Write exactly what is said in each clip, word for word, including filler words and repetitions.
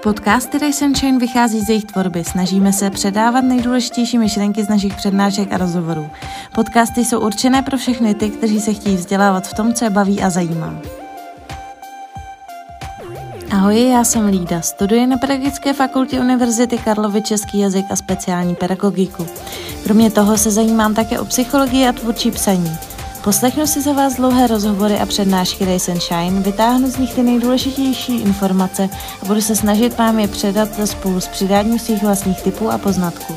Podcasty Ray Sunshine vychází z jejich tvorby. Snažíme se předávat nejdůležitější myšlenky z našich přednášek a rozhovorů. Podcasty jsou určené pro všechny ty, kteří se chtějí vzdělávat v tom, co je baví a zajímá. Ahoj, já jsem Lída, studuji na Pedagogické fakultě Univerzity Karlovy český jazyk a speciální pedagogiku. Kromě toho se zajímám také o psychologii a tvůrčí psaní. Poslechnu si za vás dlouhé rozhovory a přednášky Ray Sunshine, vytáhnu z nich ty nejdůležitější informace a budu se snažit vám je předat spolu s přidáním svých vlastních tipů a poznatků.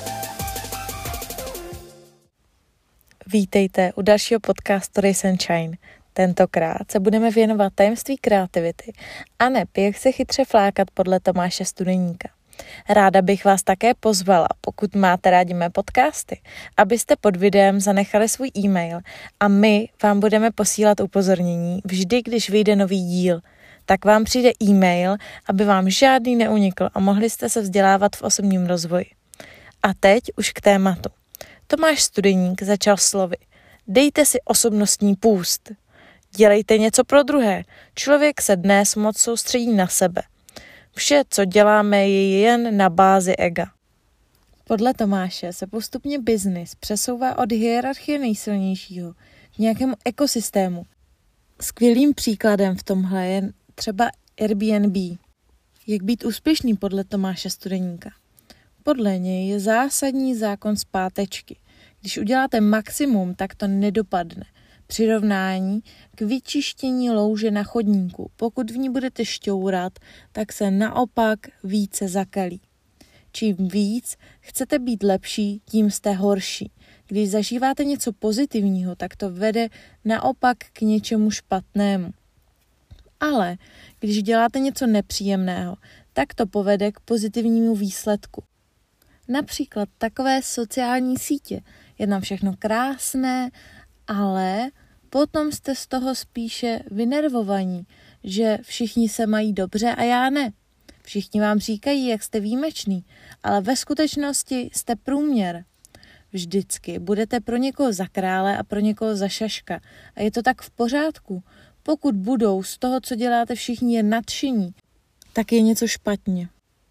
Vítejte u dalšího podcastu Ray Sunshine. Tentokrát se budeme věnovat tajemství kreativity a neb jak se chytře flákat podle Tomáše Studeníka. Ráda bych vás také pozvala, pokud máte rádi mé podcasty, abyste pod videem zanechali svůj e-mail a my vám budeme posílat upozornění vždy, když vyjde nový díl. Tak vám přijde e-mail, aby vám žádný neunikl a mohli jste se vzdělávat v osobním rozvoji. A teď už k tématu. Tomáš Studeník začal slovy: dejte si osobnostní půst. Dělejte něco pro druhé. Člověk se dnes moc soustředí na sebe. Vše, co děláme, je jen na bázi ega. Podle Tomáše se postupně biznis přesouvá od hierarchie nejsilnějšího k nějakému ekosystému. Skvělým příkladem v tomhle je třeba Airbnb. Jak být úspěšný podle Tomáše Studeníka? Podle něj je zásadní zákon zpátečky. Když uděláte maximum, tak to nedopadne. Přirovnání k vyčištění louže na chodníku. Pokud v ní budete šťourat, tak se naopak více zakalí. Čím víc chcete být lepší, tím jste horší. Když zažíváte něco pozitivního, tak to vede naopak k něčemu špatnému. Ale když děláte něco nepříjemného, tak to povede k pozitivnímu výsledku. Například takové sociální sítě. Je tam všechno krásné, ale potom jste z toho spíše vynervovaní, že všichni se mají dobře a já ne. Všichni vám říkají, jak jste výjimečný, ale ve skutečnosti jste průměr. Vždycky budete pro někoho za krále a pro někoho za šaška. A je to tak v pořádku. Pokud budou z toho, co děláte, všichni jen nadšení, tak je něco špatně.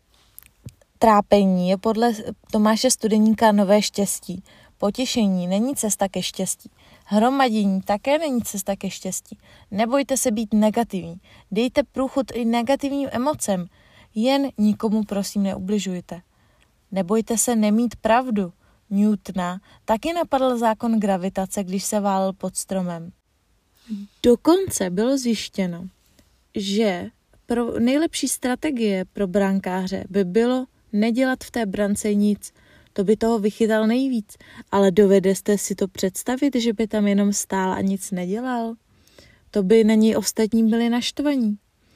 Trápení je podle Tomáše Studeníka nové štěstí. Potěšení není cesta ke štěstí. Hromadění také není cesta ke štěstí. Nebojte se být negativní. Dejte průchod i negativním emocem. Jen nikomu prosím neubližujte. Nebojte se nemít pravdu. Newtona taky napadl zákon gravitace, když se válel pod stromem. Dokonce bylo zjištěno, že pro nejlepší strategie pro brankáře by bylo nedělat v té brance nic. To by toho vychytal nejvíc, ale dovedete si to představit, že by tam jenom stál a nic nedělal? To by na něj ostatní byli naštvaní.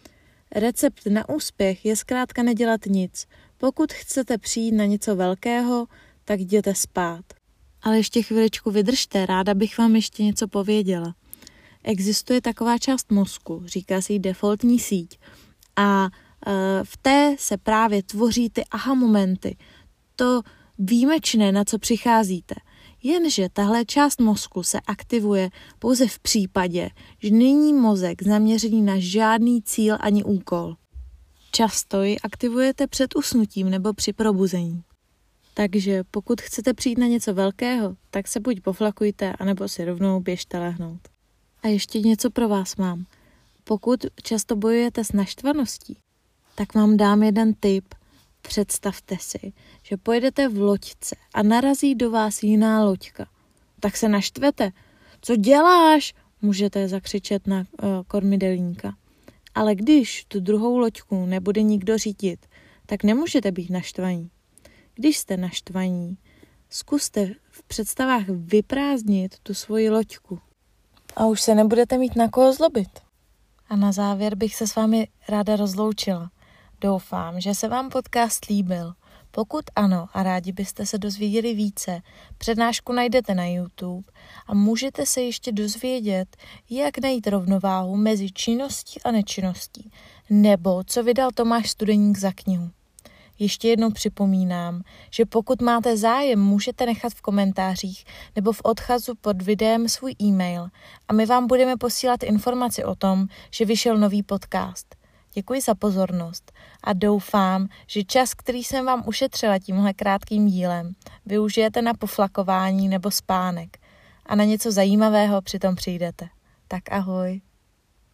Recept na úspěch je zkrátka nedělat nic. Pokud chcete přijít na něco velkého, tak jděte spát. Ale ještě chviličku vydržte, ráda bych vám ještě něco pověděla. Existuje taková část mozku, říká se jí defaultní síť, a e, v té se právě tvoří ty aha momenty. To výjimečné, na co přicházíte. Jenže tahle část mozku se aktivuje pouze v případě, že není mozek zaměřený na žádný cíl ani úkol. Často ji aktivujete před usnutím nebo při probuzení. Takže pokud chcete přijít na něco velkého, tak se buď poflakujte, anebo si rovnou běžte lehnout. A ještě něco pro vás mám. Pokud často bojujete s naštvaností, tak vám dám jeden tip. Představte si, že pojedete v loďce a narazí do vás jiná loďka. Tak se naštvete. Co děláš? Můžete zakřičet na uh, kormidelníka. Ale když tu druhou loďku nebude nikdo řídit, tak nemůžete být naštvaní. Když jste naštvaní, zkuste v představách vyprázdnit tu svoji loďku. A už se nebudete mít na koho zlobit. A na závěr bych se s vámi ráda rozloučila. Doufám, že se vám podcast líbil. Pokud ano a rádi byste se dozvěděli více, přednášku najdete na YouTube a můžete se ještě dozvědět, jak najít rovnováhu mezi činností a nečinností, nebo co vydal Tomáš Studeník za knihu. Ještě jednou připomínám, že pokud máte zájem, můžete nechat v komentářích nebo v odkazu pod videem svůj e-mail a my vám budeme posílat informaci o tom, že vyšel nový podcast. Děkuji za pozornost a doufám, že čas, který jsem vám ušetřila tímhle krátkým dílem, využijete na poflakování nebo spánek a na něco zajímavého přitom přijdete. Tak ahoj.